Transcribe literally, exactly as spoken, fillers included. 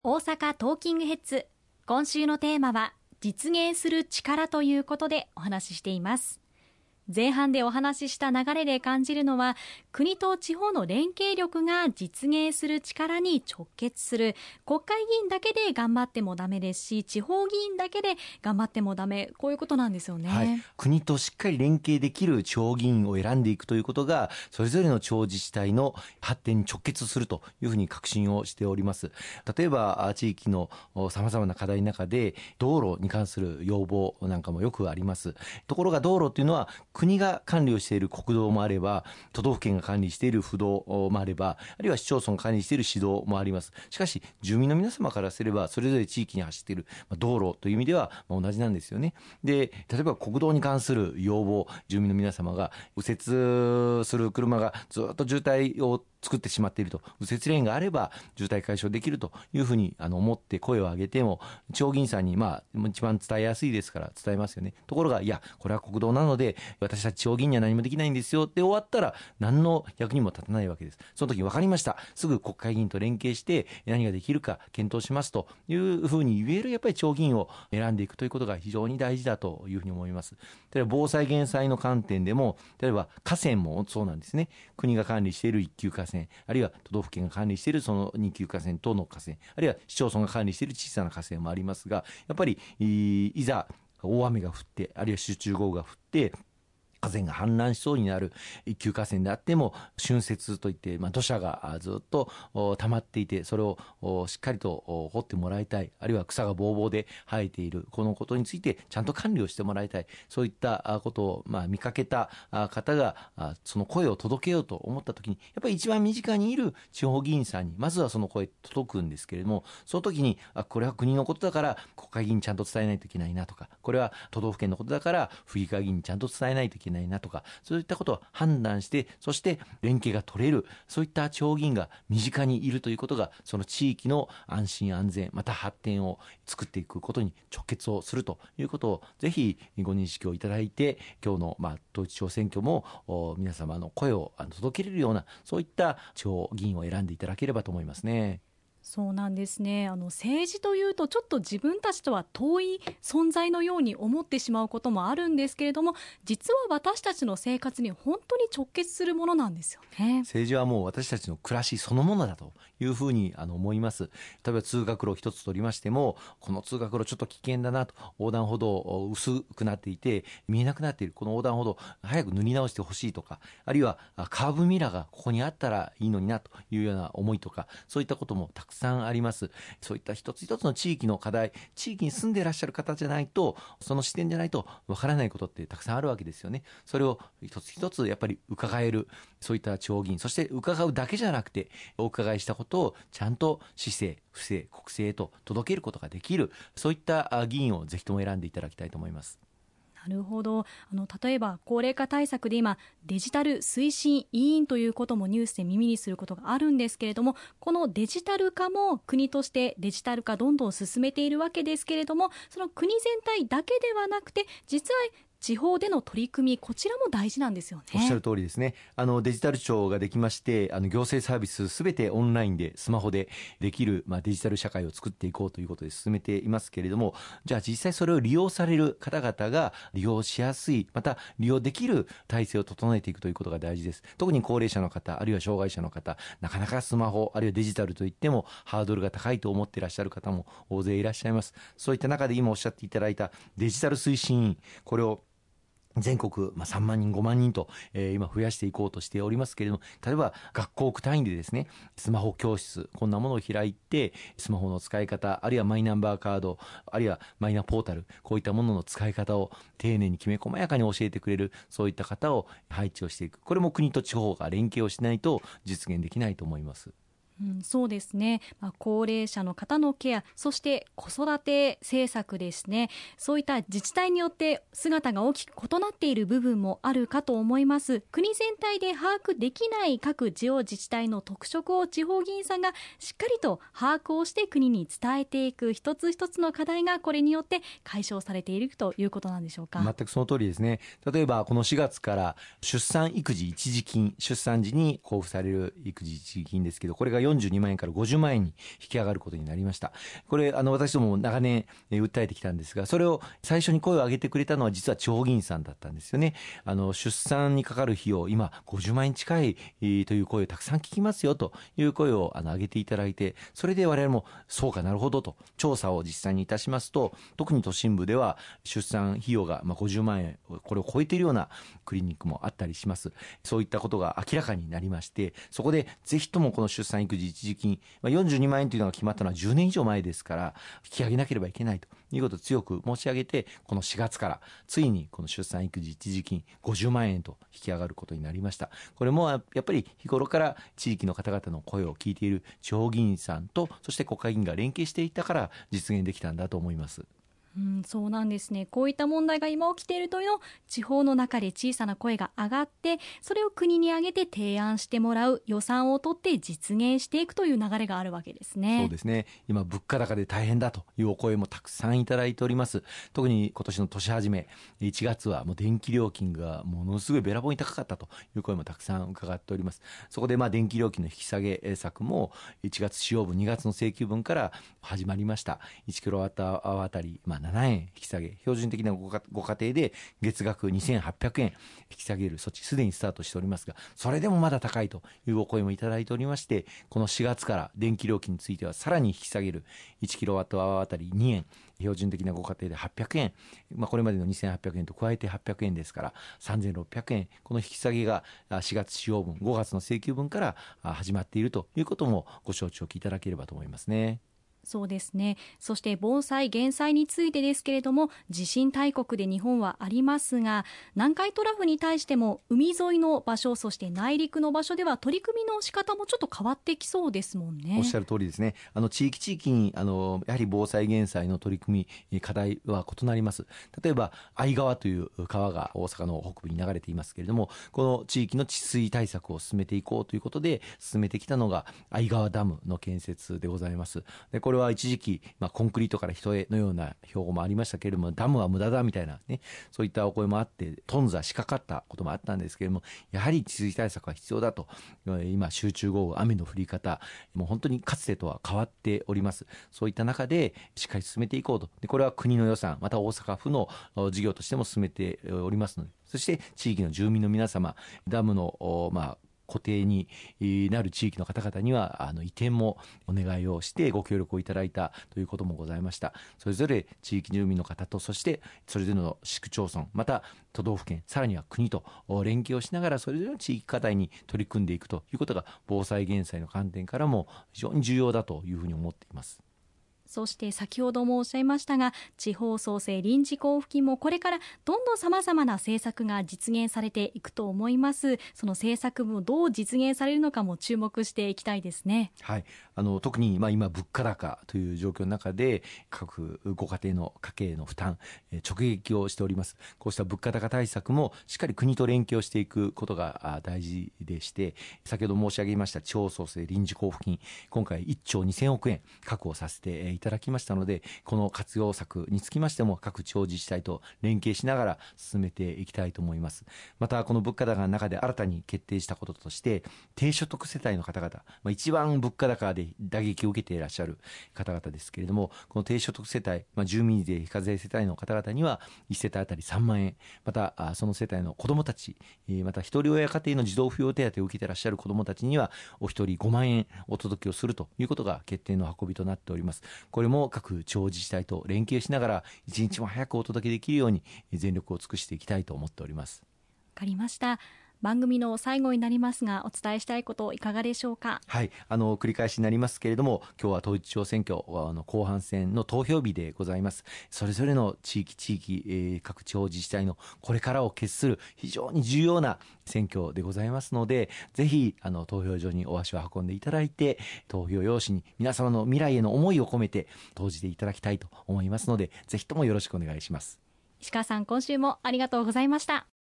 大阪トーキングヘッズ、今週のテーマは実現する力ということでお話ししています。前半でお話しした流れで感じるのは、国と地方の連携力が実現する力に直結する。国会議員だけで頑張ってもダメですし、地方議員だけで頑張ってもダメ、こういうことなんですよね。 はい、国としっかり連携できる地方議員を選んでいくということが、それぞれの地方自治体の発展に直結するというふうに確信をしております。例えば地域のさまざまな課題の中で道路に関する要望なんかもよくあります。ところが道路というのは国が管理をしている国道もあれば、都道府県が管理している府道もあれば、あるいは市町村が管理している市道もあります。しかし住民の皆様からすれば、それぞれ地域に走っている道路という意味では同じなんですよね。で、例えば国道に関する要望、住民の皆様が右折する車がずっと渋滞を作ってしまっていると、右折レーンがあれば渋滞解消できるというふうにあの思って声を上げても、地方議員さんにまあ一番伝えやすいですから伝えますよね。ところが、いやこれは国道なので私たち地方議員には何もできないんですよって終わったら、何の役にも立たないわけです。その時分かりました、すぐ国会議員と連携して何ができるか検討しますというふうに言えるやっぱり地方議員を選んでいくということが非常に大事だというふうに思います。例えば防災減災の観点でも、例えば河川もそうなんですね。国が管理している一級河川、あるいは都道府県が管理しているその二級河川等の河川、あるいは市町村が管理している小さな河川もありますが、やっぱり い, いざ大雨が降って、あるいは集中豪雨が降って河川が氾濫しそうになる一級河川であっても、浚渫といって、まあ、土砂がずっと溜まっていて、それをしっかりと掘ってもらいたい、あるいは草がぼうぼうで生えているこのことについてちゃんと管理をしてもらいたい、そういったことをまあ見かけた方がその声を届けようと思ったときに、やっぱり一番身近にいる地方議員さんにまずはその声届くんですけれども、その時にあこれは国のことだから国会議員にちゃんと伝えないといけないなとか、これは都道府県のことだから府議会議員にちゃんと伝えないといけないないなとか、そういったことを判断して、そして連携が取れる、そういった地方議員が身近にいるということが、その地域の安心安全、また発展を作っていくことに直結をするということをぜひご認識をいただいて、今日のまあ統一地方選挙も皆様の声を届けれるような、そういった地方議員を選んでいただければと思いますね。 そうなんですね。あの政治というとちょっと自分たちとは遠い存在のように思ってしまうこともあるんですけれども、実は私たちの生活に本当に直結するものなんですよね。 政治はもう私たちの暮らしそのものだというふうにあの思います。例えば通学路一つ取りましても、この通学路ちょっと危険だなと、横断歩道薄くなっていて見えなくなっている、この横断歩道早く塗り直してほしいとか、あるいはカーブミラーがここにあったらいいのになというような思いとか、そういったこともたくさんあります。そういった一つ一つの地域の課題、地域に住んでいらっしゃる方じゃないと、その視点じゃないとわからないことってたくさんあるわけですよね。それを一つ一つやっぱり伺える、そういった地方議員、そして伺うだけじゃなくてお伺いしたことをちゃんと市政、府政、国政へと届けることができる、そういった議員をぜひとも選んでいただきたいと思います。 なるほど。あの例えば高齢化対策で今デジタル推進委員ということもニュースで耳にすることがあるんですけれども、このデジタル化も国としてデジタル化どんどん進めているわけですけれども、その国全体だけではなくて実は地方での取り組み、こちらも大事なんですよね。 おっしゃる通りですね。あのデジタル庁ができまして、あの行政サービスすべてオンラインでスマホでできる、まあ、デジタル社会を作っていこうということで進めていますけれども、じゃあ実際それを利用される方々が利用しやすい、また利用できる体制を整えていくということが大事です。特に高齢者の方、あるいは障害者の方、なかなかスマホあるいはデジタルといってもハードルが高いと思っていらっしゃる方も大勢いらっしゃいます。そういった中で今おっしゃっていただいたデジタル推進委員、これを全国、まあ、さんまんにんごまんにんと、えー、今増やしていこうとしておりますけれども、例えば学校区単位でですね、スマホ教室こんなものを開いて、スマホの使い方、あるいはマイナンバーカード、あるいはマイナポータル、こういったものの使い方を丁寧にきめ細やかに教えてくれる、そういった方を配置をしていく。これも国と地方が連携をしないと実現できないと思います。 うん、そうですね、まあ、高齢者の方のケア、そして子育て政策ですね、そういった自治体によって姿が大きく異なっている部分もあるかと思います。国全体で把握できない各地方自治体の特色を地方議員さんがしっかりと把握をして国に伝えていく、一つ一つの課題がこれによって解消されているということなんでしょうか。 全くその通りですね。例えばこのしがつから出産育児一時金、出産時に交付される育児一時金ですけど、これがよよんじゅうにまんえんからごじゅうまんえんに引き上がることになりました。これあの私ども長年、えー、訴えてきたんですが、それを最初に声を上げてくれたのは実は地方議員さんだったんですよね。あの出産にかかる費用今ごじゅうまんえん近い、えー、という声をたくさん聞きますよという声をあの上げていただいて、それで我々もそうかなるほどと調査を実際にいたしますと、特に都心部では出産費用がまあごじゅうまんえんこれを超えているようなクリニックもあったりします。そういったことが明らかになりまして、そこでぜひともこの出産育児一時金、まあ、よんじゅうにまんえんというのが決まったのはじゅうねん以上前ですから引き上げなければいけないということを強く申し上げて、このしがつからついにこの出産育児一時金ごじゅうまんえんと引き上がることになりました。これもやっぱり日頃から地域の方々の声を聞いている地方議員さんとそして国会議員が連携していったから実現できたんだと思います。 うん、そうなんですね。こういった問題が今起きているというのを地方の中で小さな声が上がって、それを国に挙げて提案してもらう、予算を取って実現していくという流れがあるわけですね。 そうですね。今物価高で大変だというお声もたくさんいただいております。特に今年の年始めいちがつはもう電気料金がものすごいべらぼうに高かったという声もたくさん伺っております。そこでまあ電気料金の引き下げ策もいちがつ使用分にがつの請求分から始まりました。いちキロワットアワーあたり、まあななえん引き下げ、標準的なご家庭で月額にせんはっぴゃくえん引き下げる措置すでにスタートしておりますが、それでもまだ高いというお声もいただいておりまして、このしがつから電気料金についてはさらに引き下げる、いちキロワットアワーあたりにえん、標準的なご家庭ではっぴゃくえん、まあ、これまでのにせんはっぴゃくえんと加えてはっぴゃくえんですからさんぜんろっぴゃくえん、この引き下げがしがつ使用分、ごがつの請求分から始まっているということもご承知おきいただければと思いますね。 そうですね。そして防災減災についてですけれども、地震大国で日本はありますが、南海トラフに対しても海沿いの場所、そして内陸の場所では取り組みの仕方もちょっと変わってきそうですもんね。 おっしゃる通りですね。あの地域地域にあのやはり防災減災の取り組み課題は異なります。例えば相川という川が大阪の北部に流れていますけれども、この地域の治水対策を進めていこうということで進めてきたのが相川ダムの建設でございます。でこれは一時期、まあ、コンクリートから人へのような標語もありましたけれども、ダムは無駄だみたいなね、そういったお声もあって頓挫しかかったこともあったんですけれども、やはり治水対策は必要だと。今集中豪雨、雨の降り方もう本当にかつてとは変わっております。そういった中でしっかり進めていこうと。でこれは国の予算、また大阪府の事業としても進めておりますので、そして地域の住民の皆様、ダムのまあ固定になる地域の方々にはあの移転もお願いをしてご協力をいただいたということもございました。それぞれ地域住民の方と、そしてそれぞれの市区町村、また都道府県、さらには国と連携をしながらそれぞれの地域課題に取り組んでいくということが防災減災の観点からも非常に重要だというふうに思っています。 そして先ほどもおっしゃいましたが、地方創生臨時交付金もこれからどんどんさまざまな政策が実現されていくと思います。その政策もどう実現されるのかも注目していきたいですね。 はい、あの特にまあ今物価高という状況の中で各ご家庭の家計の負担直撃をしております。こうした物価高対策もしっかり国と連携をしていくことが大事でして、先ほど申し上げました地方創生臨時交付金、今回いっちょうにせんおくえん確保させていただきましたので、この活用策につきましても各地方自治体と連携しながら進めていきたいと思います。またこの物価高の中で新たに決定したこととして低所得世帯の方々、まあ、一番物価高で打撃を受けていらっしゃる方々ですけれども、この低所得世帯、まあ、住民税非課税世帯の方々にはいち世帯あたりさんまんえん、またその世帯の子どもたち、また一人親家庭の児童扶養手当を受けていらっしゃる子どもたちにはお一人ごまんえんお届けをするということが決定の運びとなっております。これも各地方自治体と連携しながら一日も早くお届けできるように全力を尽くしていきたいと思っております。 わかりました。番組の最後になりますが、お伝えしたいこといかがでしょうか。 はい、あの繰り返しになりますけれども、今日は統一地方選挙あの後半戦の投票日でございます。それぞれの地域地域、えー、各地方自治体のこれからを決する非常に重要な選挙でございますので、ぜひあの投票所にお足を運んでいただいて、投票用紙に皆様の未来への思いを込めて投じていただきたいと思いますので、ぜひともよろしくお願いします。 石川さん、今週もありがとうございました。